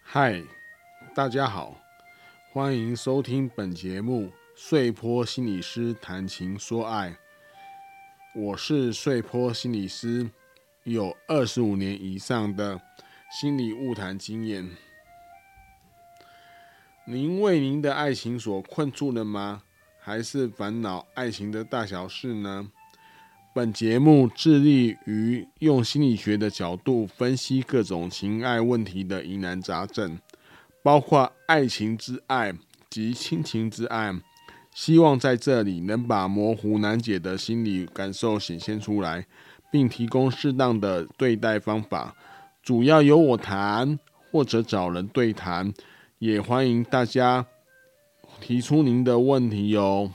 嗨，大家好，欢迎收听本节目穗波心理师谈情说爱。我是穗波心理师，有25年以上的心理晤谈经验。您为您的爱情所困住了吗？还是烦恼爱情的大小事呢？本节目致力于用心理学的角度分析各种情爱问题的疑难杂症，包括爱情之爱及亲情之爱，希望在这里能把模糊难解的心理感受显现出来，并提供适当的对待方法。主要由我谈，或者找人对谈，也欢迎大家提出您的问题哦。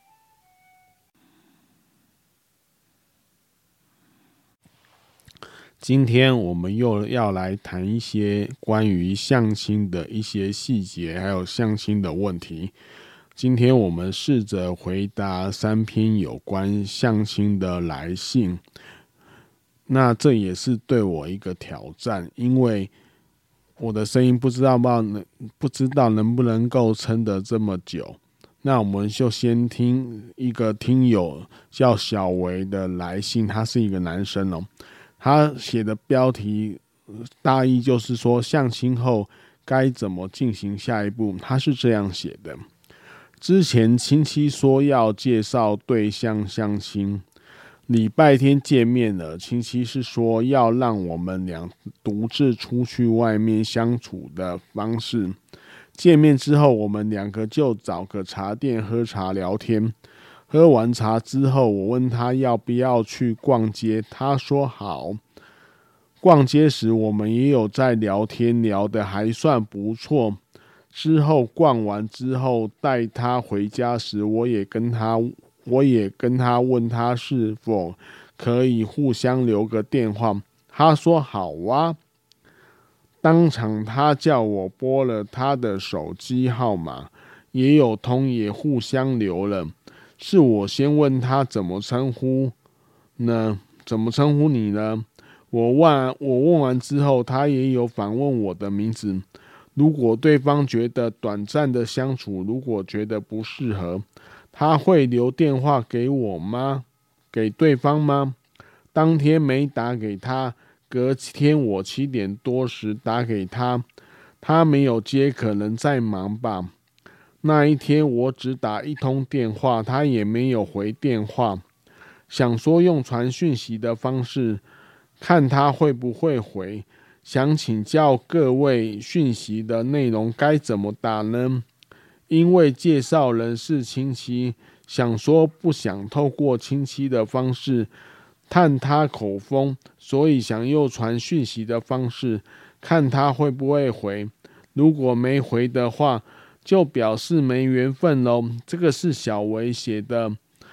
今天我们又要来谈一些关于相亲的一些细节，还有相亲的问题。今天我们试着回答3篇有关相亲的来信。那这也是对我一个挑战，因为我的声音不知道能不能够撑得这么久。那我们就先听一个听友叫小维的来信，他是一个男生哦。他写的标题大意就是说相亲后该怎么进行下一步。他是这样写的：之前亲戚说要介绍对象相亲，礼拜天见面了，亲戚是说要让我们俩独自出去外面相处的方式。见面之后，我们2个就找个茶店喝茶聊天。喝完茶之后，我问他要不要去逛街，他说好。逛街时我们也有在聊天，聊得还算不错。之后逛完之后带他回家时，我也跟他问他是否可以互相留个电话，他说好啊。当场他叫我拨了他的手机号码，也有通，也互相留了。是我先问他怎么称呼呢？怎么称呼你呢？我问完之后，他也有反问我的名字。如果对方觉得短暂的相处，如果觉得不适合，他会留电话给我吗？给对方吗？当天没打给他，隔天我7点多时打给他，他没有接，可能在忙吧。那一天我只打1通电话，他也没有回电话。想说用传讯息的方式，看他会不会回。想请教各位，讯息的内容该怎么打呢？因为介绍人是亲戚，想说不想透过亲戚的方式探他口风，所以想用传讯息的方式，看他会不会回。如果没回的话，就表示没缘分咯。这个是小维写的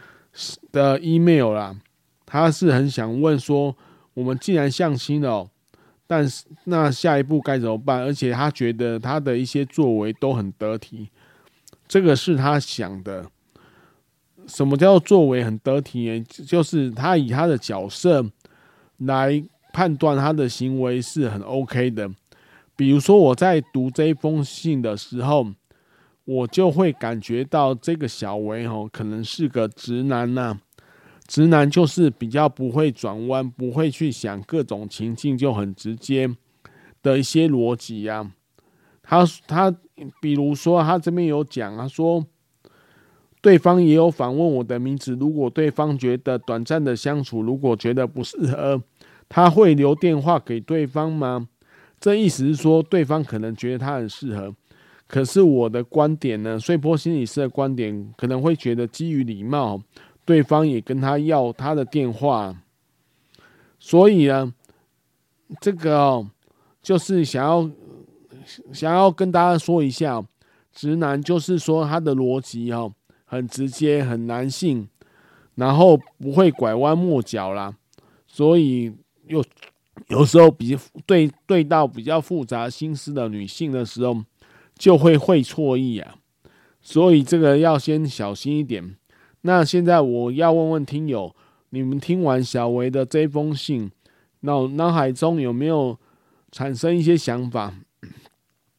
email 啦，他是很想问说，我们既然相亲了，但是那下一步该怎么办？而且他觉得他的一些作为都很得体，这个是他想的。什么叫做作为很得体呢？就是他以他的角色来判断他的行为是很 OK 的。比如说我在读这封信的时候，我就会感觉到这个小维可能是个直男呐。直男就是比较不会转弯，不会去想各种情境，就很直接的一些逻辑啊。他比如说他这边有讲，他说对方也有反问我的名字，如果对方觉得短暂的相处，如果觉得不适合，他会留电话给对方吗？这意思是说对方可能觉得他很适合，可是我的观点呢，穗波心理师的观点可能会觉得基于礼貌，对方也跟他要他的电话，所以呢，这个就是想要跟大家说一下，直男就是说他的逻辑很直接，很男性，然后不会拐弯抹角啦，所以有时候对到比较复杂心思的女性的时候，就会错意啊，所以这个要先小心一点。那现在我要问问听友，你们听完小维的这封信，脑海中有没有产生一些想法？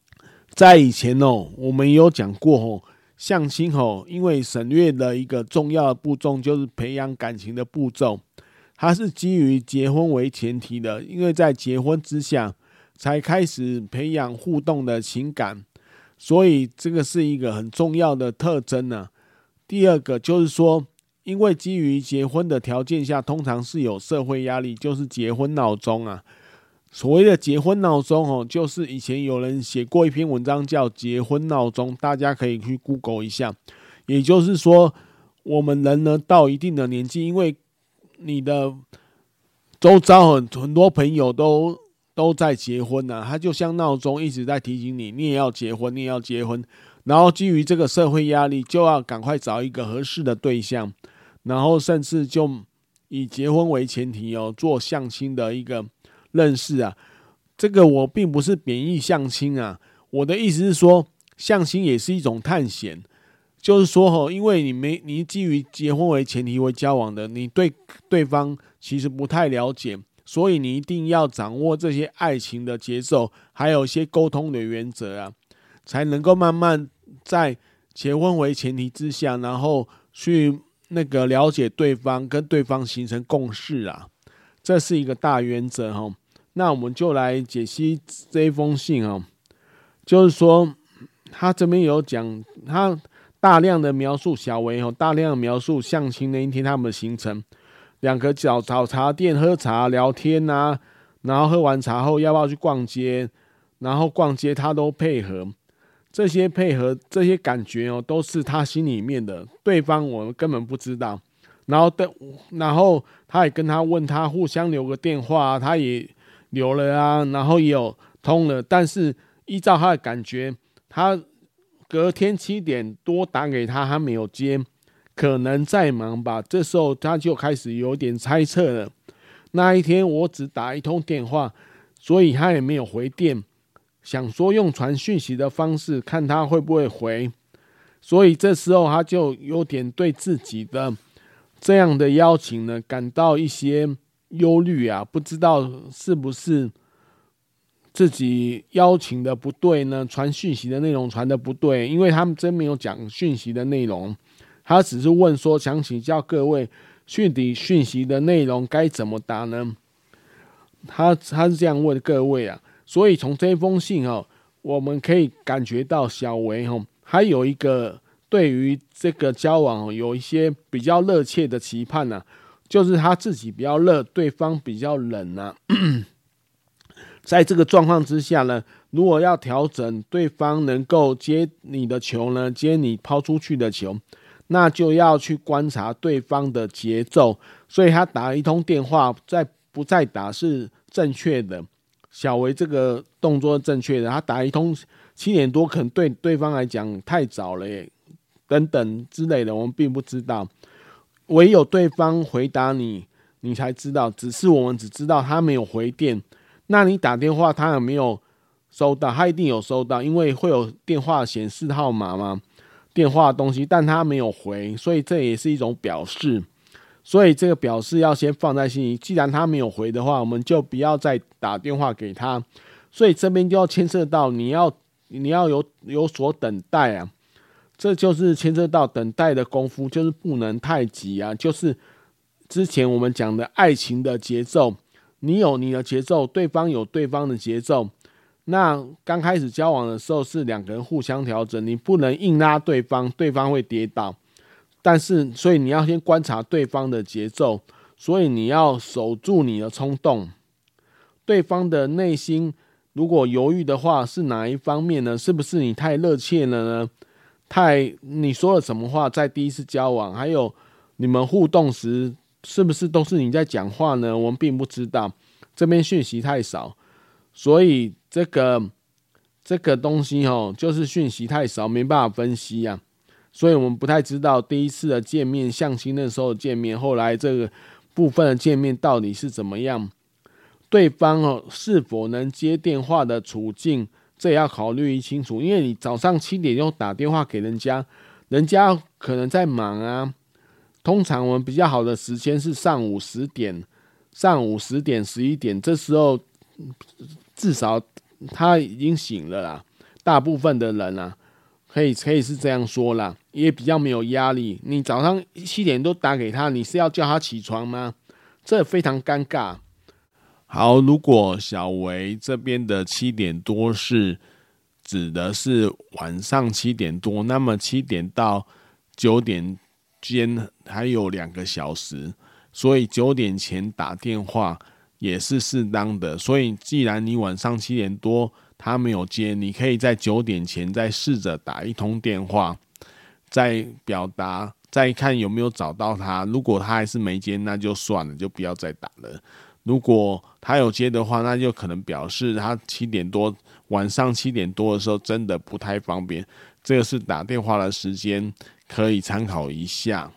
在以前我们有讲过相亲因为省略了一个重要的步骤，就是培养感情的步骤，它是基于结婚为前提的，因为在结婚之下才开始培养互动的情感，所以这个是一个很重要的特征啊。第二个就是说，因为基于结婚的条件下，通常是有社会压力，就是结婚闹钟啊。所谓的结婚闹钟就是以前有人写过一篇文章叫结婚闹钟，大家可以去 Google 一下。也就是说，我们人呢到一定的年纪，因为你的周遭很多朋友都在结婚啊，他就像闹钟一直在提醒你，你也要结婚，你也要结婚。然后基于这个社会压力，就要赶快找一个合适的对象，然后甚至就以结婚为前提做相亲的一个认识啊。这个我并不是贬义相亲啊，我的意思是说，相亲也是一种探险。就是说因为你基于结婚为前提为交往的，你对对方其实不太了解，所以你一定要掌握这些爱情的节奏，还有一些沟通的原则啊，才能够慢慢在结婚为前提之下，然后去了解对方，跟对方形成共识啊，这是一个大原则那我们就来解析这一封信就是说他这边有讲，他大量的描述小维大量的描述相亲那一天他们的行程，两个找茶店喝茶聊天啊，然后喝完茶后要不要去逛街，然后逛街他都配合，这些配合这些感觉都是他心里面的，对方我们根本不知道。然后他也跟他问他互相留个电话他也留了啊，然后也有通了，但是依照他的感觉，他隔天7点多打给他，他没有接，可能在忙吧。这时候他就开始有点猜测了。那一天我只打一通电话，所以他也没有回电，想说用传讯息的方式看他会不会回。所以这时候他就有点对自己的这样的邀请呢感到一些忧虑啊，不知道是不是自己邀请的不对呢？传讯息的内容传的不对，因为他们真没有讲讯息的内容，他只是问说想请教各位讯息的内容该怎么答呢？他是这样问各位啊，所以从这封信我们可以感觉到小维还有一个对于这个交往有一些比较热切的期盼啊，就是他自己比较热，对方比较冷啊。在这个状况之下呢，如果要调整对方能够接你的球呢，接你抛出去的球，那就要去观察对方的节奏。所以他打一通电话，不再打是正确的。小维这个动作是正确的，他打一通7点多，可能对对方来讲太早了耶，等等之类的，我们并不知道。唯有对方回答你，你才知道。只是我们只知道他没有回电。那你打电话他有没有收到？他一定有收到，因为会有电话显示号码嘛，电话的东西，但他没有回，所以这也是一种表示。所以这个表示要先放在心里，既然他没有回的话，我们就不要再打电话给他。所以这边就要牵涉到你要有所等待啊，这就是牵涉到等待的功夫，就是不能太急啊，就是之前我们讲的爱情的节奏。你有你的节奏，对方有对方的节奏。那刚开始交往的时候是两个人互相调整，你不能硬拉对方，对方会跌倒。所以你要先观察对方的节奏，所以你要守住你的冲动。对方的内心如果犹豫的话，是哪一方面呢？是不是你太热切了呢？你说了什么话在第一次交往，还有你们互动时是不是都是你在讲话呢？我们并不知道，这边讯息太少，所以这个东西就是讯息太少，没办法分析啊。所以我们不太知道第一次的见面，相亲那时候的见面，后来这个部分的见面到底是怎么样？对方是否能接电话的处境，这也要考虑清楚。因为你早上7点就打电话给人家，人家可能在忙啊。通常我们比较好的时间是上午10点、11点，这时候至少他已经醒了啦。 大部分的人啊，可以是这样说啦，也比较没有压力。你早上7点多打给他，你是要叫他起床吗？这非常尴尬。好，如果小维这边的7点多是指的是晚上7点多，那么7点到9点间还有2个小时，所以9点前打电话也是适当的。所以既然你晚上7点多他没有接，你可以在9点前再试着打一通电话，再表达，再看有没有找到他。如果他还是没接，那就算了，就不要再打了。如果他有接的话，那就可能表示他晚上7点多的时候真的不太方便。这个是打电话的时间，可以参考一下。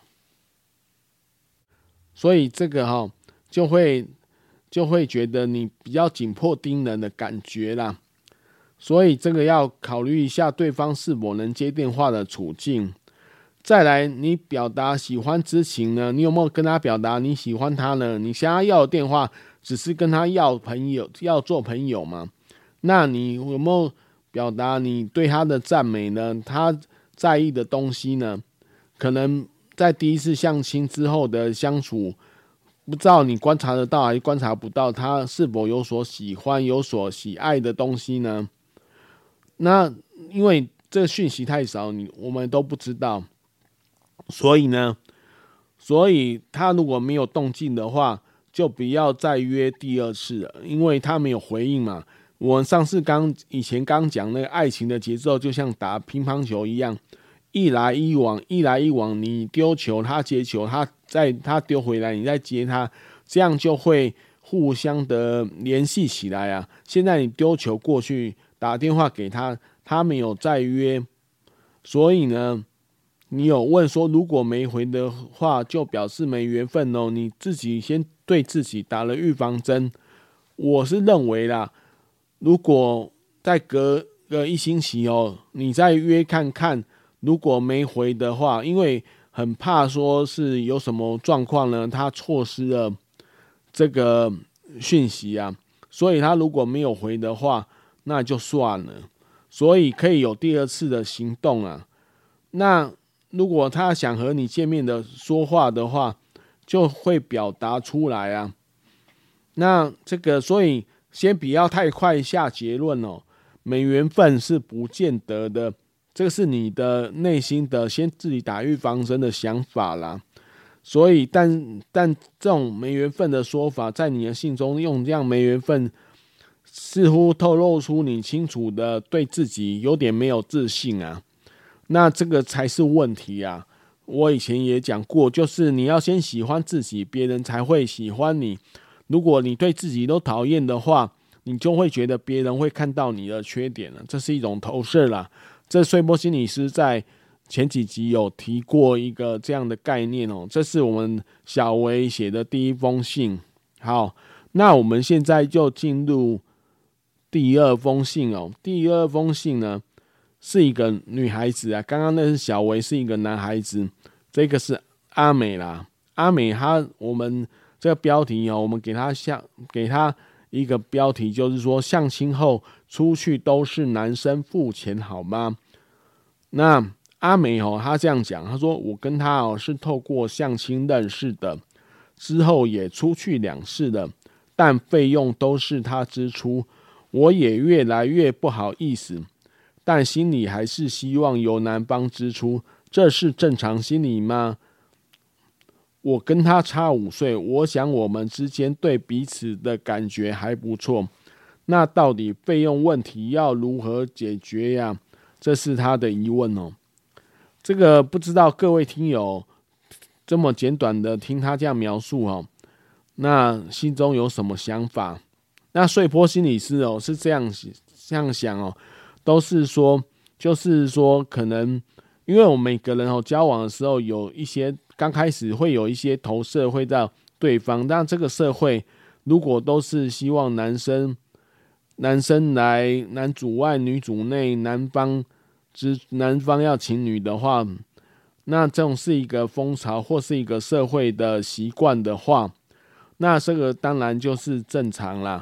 所以这个就会觉得你比较紧迫盯人的感觉啦。所以这个要考虑一下对方是否能接电话的处境。再来，你表达喜欢之情呢？你有没有跟他表达你喜欢他呢？你想要的电话只是跟他要做朋友吗？那你有没有表达你对他的赞美呢？他在意的东西呢？可能在第一次相亲之后的相处，不知道你观察得到还是观察不到他是否有所喜欢、有所喜爱的东西呢？那因为这个讯息太少，我们都不知道。所以他如果没有动静的话，就不要再约第二次了，因为他没有回应嘛。我上次以前刚讲那个爱情的节奏，就像打乒乓球一样，一来一往，一来一往，你丢球，他接球，他丢回来，你再接他，这样就会互相的联系起来啊。现在你丢球过去，打电话给他，他没有再约，所以呢，你有问说，如果没回的话，就表示没缘分哦。你自己先对自己打了预防针。我是认为啦，如果再隔个1星期哦，你再约看看，如果没回的话，因为很怕说是有什么状况呢，他错失了这个讯息啊，所以他如果没有回的话，那就算了。所以可以有第二次的行动啊。那如果他想和你见面的说话的话，就会表达出来啊。那这个，所以先不要太快下结论哦。没缘分是不见得的，这个是你的内心的先自己打预防针的想法啦。所以，但这种没缘分的说法，在你的信中用这样没缘分，似乎透露出你清楚的对自己有点没有自信啊。那这个才是问题啊！我以前也讲过，就是你要先喜欢自己，别人才会喜欢你。如果你对自己都讨厌的话，你就会觉得别人会看到你的缺点了，这是一种投射啦。这穗波心理师在前几集有提过一个这样的概念哦，这是我们小维写的第一封信。好，那我们现在就进入第二封信哦。第二封信呢，是一个女孩子啊，刚刚那是小维，是一个男孩子，这个是阿美啦。阿美我们这个标题我们给她一个标题，就是说相亲后出去都是男生付钱好吗？那阿美她这样讲，她说我跟他是透过相亲认识的，之后也出去2次了，但费用都是他支出，我也越来越不好意思。但心里还是希望由男方支出，这是正常心理吗？我跟他差5岁，我想我们之间对彼此的感觉还不错。那到底费用问题要如何解决呀？这是他的疑问哦。这个不知道各位听友这么简短的听他这样描述那心中有什么想法？那穗波心理师是这样想都是说，就是说，可能因为我们每个人交往的时候，有一些刚开始会有一些投射会到对方，但这个社会如果都是希望男生来男主外女主内，男方要请女的话，那这种是一个风潮或是一个社会的习惯的话，那这个当然就是正常啦。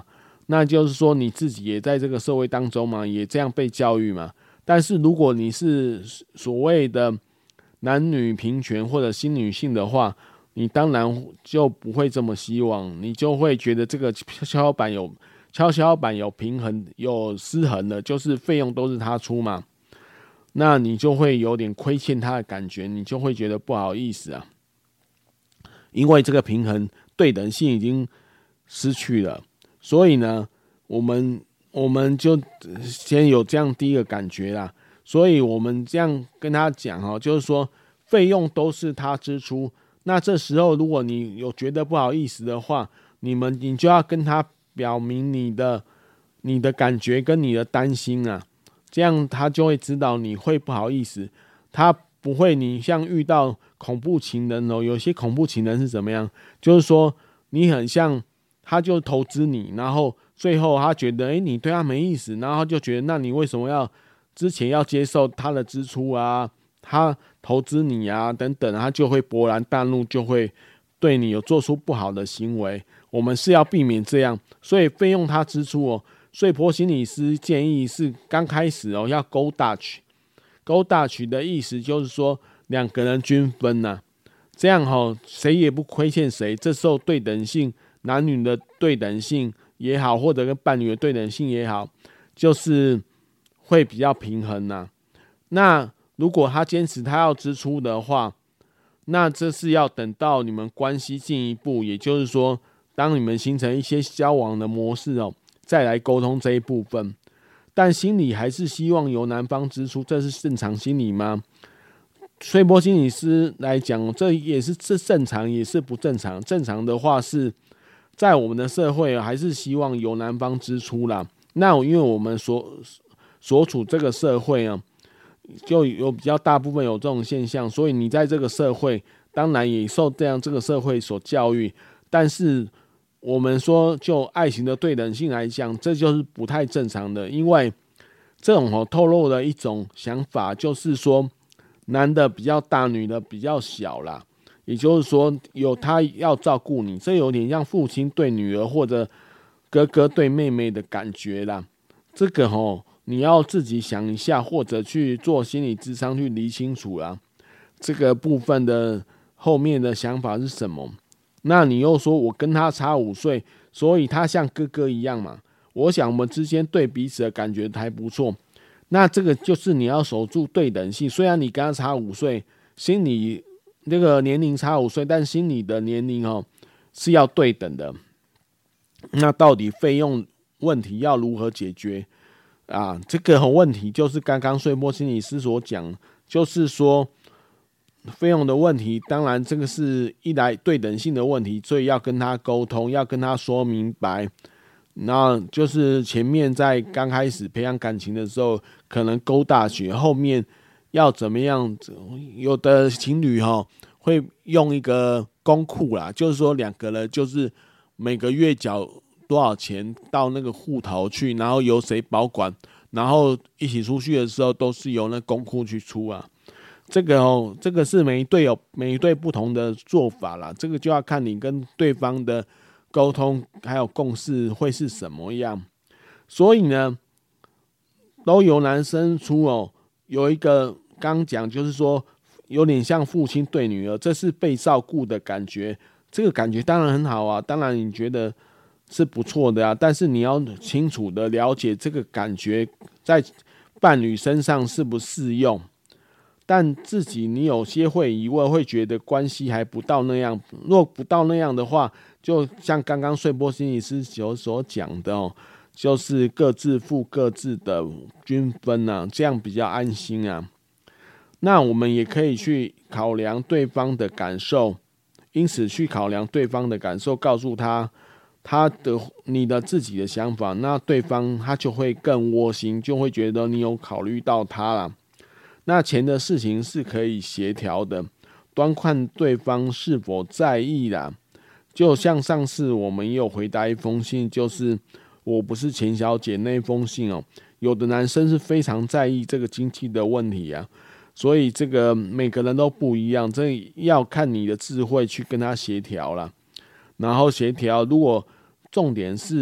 那就是说你自己也在这个社会当中嘛，也这样被教育嘛。但是如果你是所谓的男女平权或者新女性的话，你当然就不会这么希望，你就会觉得这个跷跷板有平衡有失衡的，就是费用都是他出嘛，那你就会有点亏欠他的感觉，你就会觉得不好意思啊，因为这个平衡对等性已经失去了，所以呢，我们就先有这样第一个感觉啦，所以我们这样跟他讲哦，就是说费用都是他支出，那这时候如果你有觉得不好意思的话，你就要跟他表明你的感觉跟你的担心啊，这样他就会知道你会不好意思，他不会你像遇到恐怖情人哦，有些恐怖情人是怎么样，就是说你很像他就投资你，然后最后他觉得你对他没意思，然后他就觉得那你为什么之前要接受他的支出啊，他投资你啊等等，他就会勃然大怒，就会对你有做出不好的行为。我们是要避免这样，所以费用他支出哦。所以婆心理师建议是刚开始哦要 go Dutch，go Dutch 的意思就是说两个人均分呐、这样谁也不亏欠谁。这时候对等性，男女的对等性也好，或者跟伴侣的对等性也好，就是会比较平衡呐、那如果他坚持他要支出的话，那这是要等到你们关系进一步，也就是说，当你们形成一些交往的模式哦，再来沟通这一部分。但心里还是希望由男方支出，这是正常心理吗？崔波心理师来讲，这也是正常，也是不正常。正常的话是在我们的社会还是希望由男方支出啦。那因为我们所处这个社会啊，就有比较大部分有这种现象，所以你在这个社会当然也受这个社会所教育。但是我们说就爱情的对等性来讲，这就是不太正常的，因为这种透露了一种想法，就是说男的比较大，女的比较小啦。也就是说，有他要照顾你，这有点像父亲对女儿或者哥哥对妹妹的感觉啦。这个你要自己想一下，或者去做心理咨商去理清楚啦。这个部分的后面的想法是什么？那你又说我跟他差5岁，所以他像哥哥一样嘛？我想我们之间对彼此的感觉还不错。那这个就是你要守住对等性。虽然你跟他差5岁，心理这个年龄差5岁，但心理的年龄是要对等的。那到底费用问题要如何解决啊？这个问题就是刚刚穗波心理师所讲，就是说费用的问题，当然这个是一来对等性的问题，所以要跟他沟通，要跟他说明白。那就是前面在刚开始培养感情的时候，可能勾大学，后面要怎么样？有的情侣会用一个公库啦，就是说两个人就是每个月缴多少钱到那个户头去，然后由谁保管，然后一起出去的时候都是由那公库去出啊。这个是每一对有每一对不同的做法啦，这个就要看你跟对方的沟通还有共识会是什么样。所以呢，都由男生出有一个刚讲就是说有点像父亲对女儿，这是被照顾的感觉，这个感觉当然很好啊，当然你觉得是不错的啊，但是你要清楚的了解这个感觉在伴侣身上是不适用。但自己你有些会疑问，会觉得关系还不到那样。若不到那样的话，就像刚刚穗波心理师所讲的就是各自付各自的均分啊，这样比较安心啊。那我们也可以去考量对方的感受，因此去考量对方的感受，告诉你的自己的想法，那对方他就会更窝心，就会觉得你有考虑到他啦。那钱的事情是可以协调的，端看对方是否在意啦。就像上次我们也有回答一封信，就是我不是钱小姐那封信有的男生是非常在意这个经济的问题啊，所以这个每个人都不一样，这要看你的智慧去跟他协调啦。然后协调，如果重点是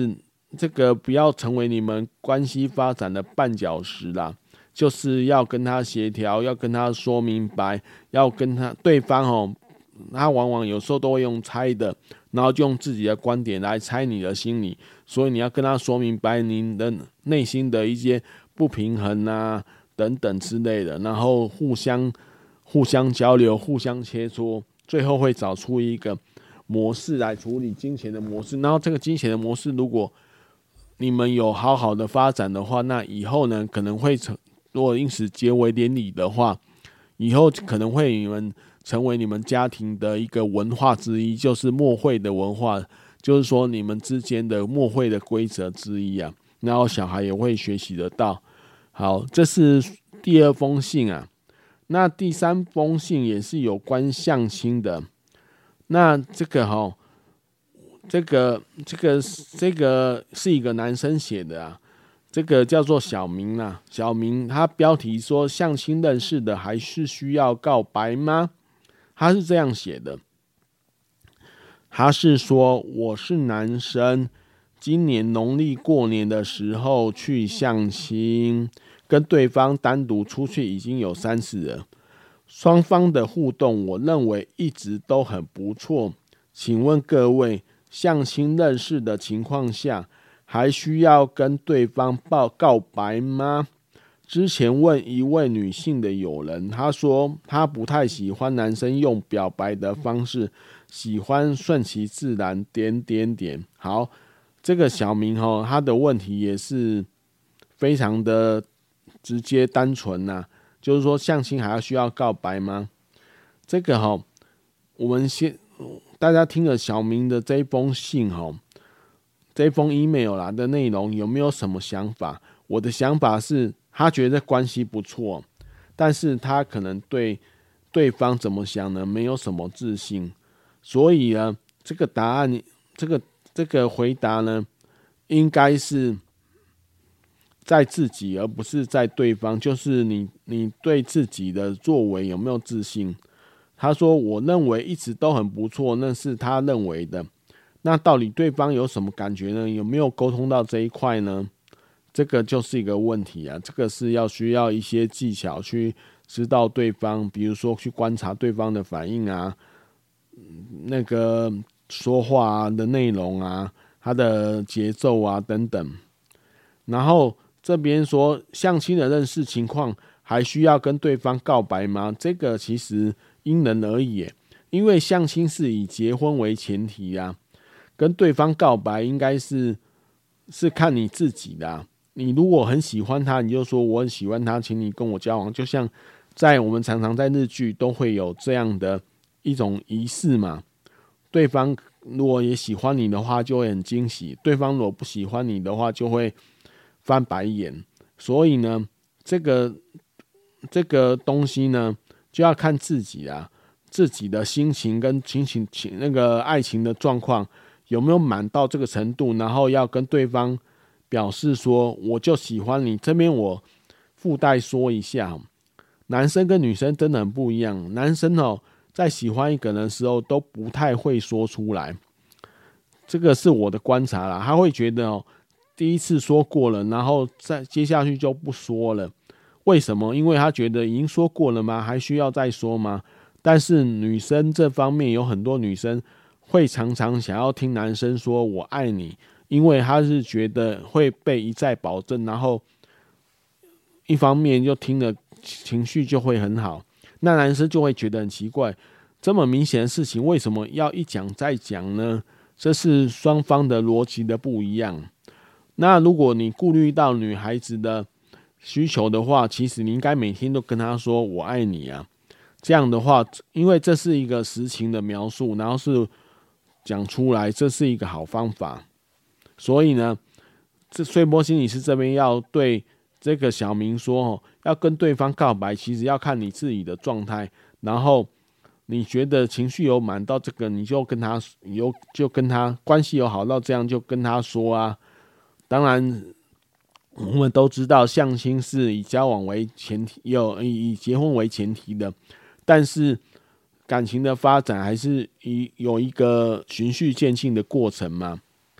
这个不要成为你们关系发展的绊脚石啦，就是要跟他协调，要跟他说明白，要跟对方他往往有时候都会用猜的，然后就用自己的观点来猜你的心理，所以你要跟他说明白你的内心的一些不平衡啊等等之类的，然后互相交流，互相切磋，最后会找出一个模式来处理金钱的模式。然后这个金钱的模式，如果你们有好好的发展的话，那以后呢可能会如果因此结为连理的话，以后可能会你们成为你们家庭的一个文化之一，就是默会的文化，就是说你们之间的默会的规则之一啊。然后小孩也会学习得到。好，这是第2封信啊。那第3封信也是有关相亲的。那这个这个是一个男生写的啊。这个叫做小明啊，小明他标题说相亲认识的还是需要告白吗？他是这样写的，他是说我是男生，今年农历过年的时候去相亲，跟对方单独出去已经有3次了，双方的互动我认为一直都很不错，请问各位，相亲认识的情况下还需要跟对方告白吗？之前问一位女性的友人，她说她不太喜欢男生用表白的方式，喜欢顺其自然。好，这个小明他的问题也是非常的直接单纯呐，就是说相亲还要需要告白吗？这个我们大家听了小明的这一封信这一封 email 啦的内容有没有什么想法？我的想法是，他觉得关系不错，但是他可能对对方怎么想呢？没有什么自信，所以呢，这个答案，这个回答呢，应该是在自己，而不是在对方。就是你对自己的作为有没有自信？他说：“我认为一直都很不错，那是他认为的。那到底对方有什么感觉呢？有没有沟通到这一块呢？这个就是一个问题啊。这个是需要一些技巧去知道对方，比如说去观察对方的反应啊，那个说话的内容啊，他的节奏啊等等。然后这边说相亲的认识情况还需要跟对方告白吗？这个其实因人而异，因为相亲是以结婚为前提啊。”跟对方告白应该是看你自己的啊。你如果很喜欢他，你就说我很喜欢他，请你跟我交往。就像我们常常在日剧都会有这样的一种仪式嘛。对方如果也喜欢你的话，就会很惊喜；对方如果不喜欢你的话，就会翻白眼。所以呢，这个东西呢，就要看自己啊，自己的心情跟那个爱情的状况。有没有满到这个程度，然后要跟对方表示说我就喜欢你。这边我附带说一下，男生跟女生真的很不一样。男生在喜欢一个人的时候都不太会说出来，这个是我的观察啦。他会觉得第一次说过了，然后再接下去就不说了。为什么？因为他觉得已经说过了吗？还需要再说吗？但是女生这方面有很多女生会常常想要听男生说我爱你，因为他是觉得会被一再保证，然后一方面就听了情绪就会很好。那男生就会觉得很奇怪，这么明显的事情为什么要一讲再讲呢？这是双方的逻辑的不一样。那如果你顾虑到女孩子的需求的话，其实你应该每天都跟她说我爱你啊。这样的话，因为这是一个实情的描述，然后是讲出来，这是一个好方法。所以呢，这穗波心理师这边要对这个小明说，要跟对方告白，其实要看你自己的状态。然后你觉得情绪有满到这个，你就跟他关系有好到这样，就跟他说啊。当然，我们都知道相亲是以交往为前提，以结婚为前提的，但是感情的发展还是有一个循序渐进的过程嘛。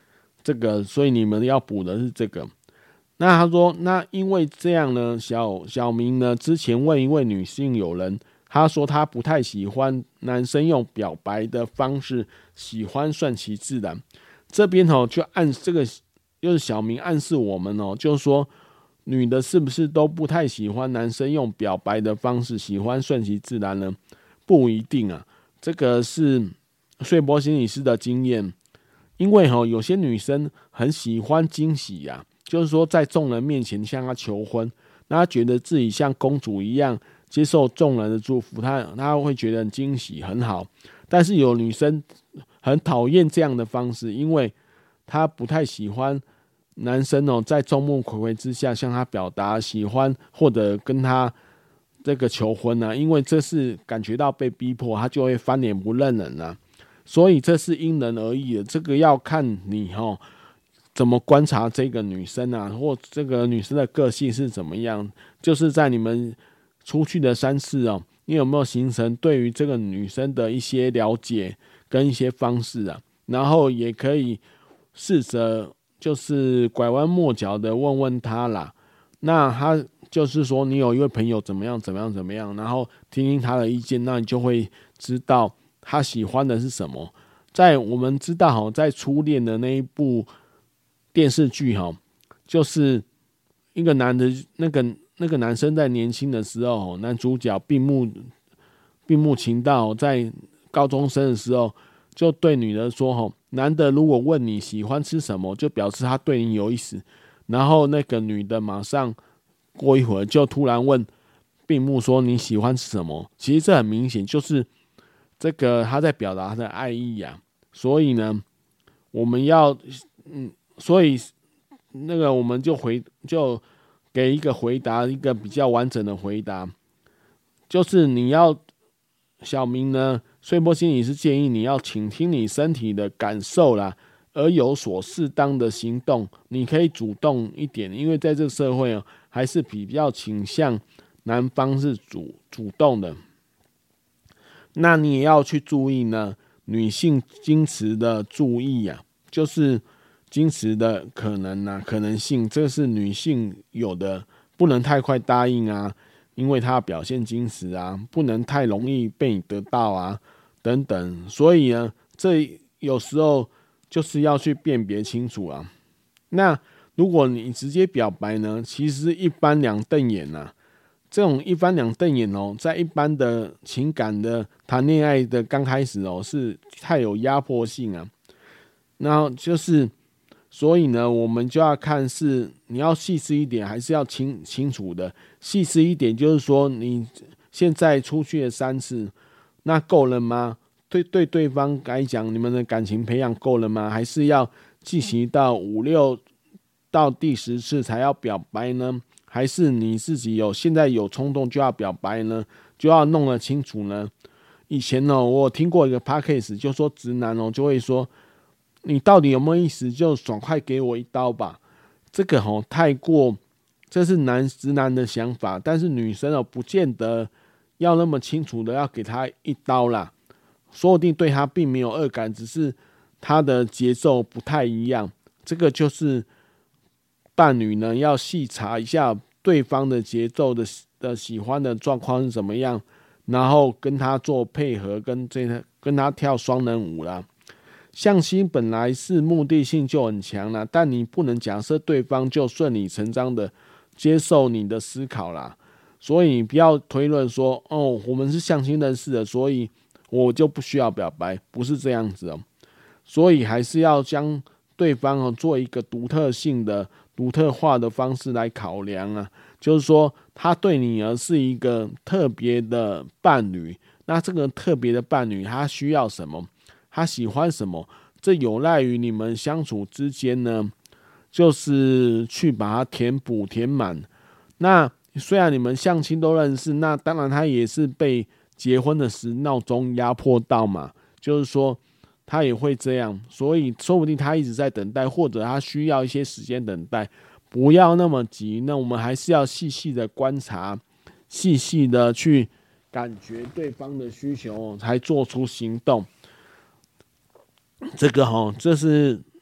这个，所以你们要补的是这个。那他说，那因为这样呢，小明呢之前问一位女性友人，他说他不太喜欢男生用表白的方式，喜欢顺其自然。这边就暗这个就是小明暗示我们就是说女的是不是都不太喜欢男生用表白的方式，喜欢顺其自然呢？不一定啊，这个是穗波心理师的经验，因为有些女生很喜欢惊喜呀，就是说在众人面前向她求婚，那她觉得自己像公主一样接受众人的祝福，她会觉得很惊喜很好。但是有女生很讨厌这样的方式，因为她不太喜欢男生在众目睽睽之下向她表达喜欢或者跟她这个求婚啊，因为这是感觉到被逼迫，她就会翻脸不认人啊。所以这是因人而异的，这个要看你怎么观察这个女生啊，或这个女生的个性是怎么样。就是在你们出去的3次你有没有形成对于这个女生的一些了解跟一些方式啊？然后也可以试着就是拐弯抹角的问问她啦。那她就是说你有一位朋友怎么样怎么样怎么样，然后听听她的意见，那你就会知道她喜欢的是什么。在我们知道在初恋的那一部电视剧就是一个男的那个男生在年轻的时候男主角并木情道在高中生的时候就对女的说男的如果问你喜欢吃什么，就表示他对你有意思。然后那个女的马上过一会儿就突然问并木说你喜欢吃什么。其实这很明显就是这个他在表达他的爱意啊。所以呢我们要所以那个我们就给一个回答，一个比较完整的回答，就是你要小明呢，穗波心理师建议你要倾听你身体的感受啦，而有所适当的行动。你可以主动一点，因为在这个社会还是比较倾向男方是主动的。那你也要去注意呢，女性矜持的注意啊，就是矜持的可能性，这是女性有的，不能太快答应啊，因为她要表现矜持啊，不能太容易被你得到啊，等等。所以呢，这有时候就是要去辨别清楚啊。那如果你直接表白呢，其实一翻两瞪眼啊。这种一翻两瞪眼在一般的情感的谈恋爱的刚开始是太有压迫性啊。然后就是，所以呢，我们就要看是你要细致一点，还是要清楚的。细致一点就是说，你现在出去了3次，那够了吗？对对方来讲，你们的感情培养够了吗？还是要进行到5、6到第10次才要表白呢？还是你自己现在有冲动就要表白呢？就要弄得清楚呢？以前我有听过一个 podcast， 就说直男就会说，你到底有没有意思？就爽快给我一刀吧。这个太过，这是直男的想法，但是女生不见得要那么清楚的要给他一刀啦，说不定对他并没有恶感，只是他的节奏不太一样。这个就是伴侣呢要细查一下对方的节奏的喜欢的状况是怎么样，然后跟他做配合，跟他跳双人舞啦。相亲本来是目的性就很强啦，但你不能假设对方就顺理成章的接受你的思考啦。所以你不要推论说我们是相亲认识的，所以我就不需要表白，不是这样子所以还是要将对方做一个独特化的方式来考量啊。就是说他对你是一个特别的伴侣，那这个特别的伴侣他需要什么，他喜欢什么，这有赖于你们相处之间呢，就是去把它填满。那虽然你们相亲都认识，那当然他也是被结婚的时闹钟压迫到嘛，就是说他也会这样，所以说不定他一直在等待，或者他需要一些时间等待，不要那么急。那我们还是要细细的观察，细细的去感觉对方的需求，才做出行动。这个这是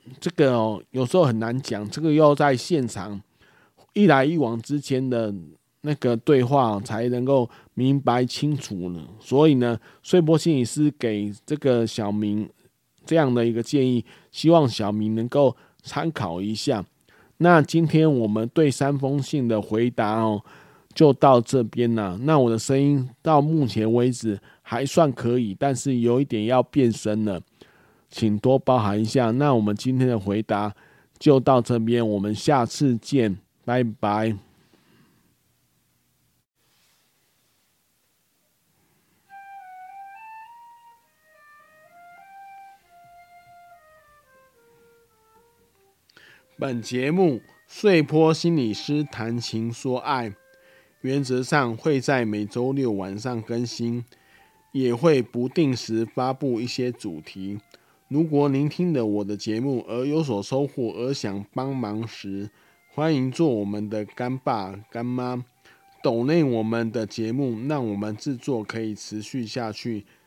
这个有时候很难讲，这个要在现场一来一往之间的那个对话才能够明白清楚呢。所以呢，穗波心理师给这个小明这样的一个建议，希望小明能够参考一下。那今天我们对3封信的回答就到这边了。那我的声音到目前为止还算可以，但是有一点要变声了，请多包涵一下。那我们今天的回答就到这边，我们下次见，拜拜。本节目穗波心理师谈情说爱，原则上会在每周六晚上更新，也会不定时发布一些主题。如果您听了我的节目而有所收获，而想帮忙时，欢迎做我们的干爸干妈，抖内我们的节目，让我们制作可以持续下去。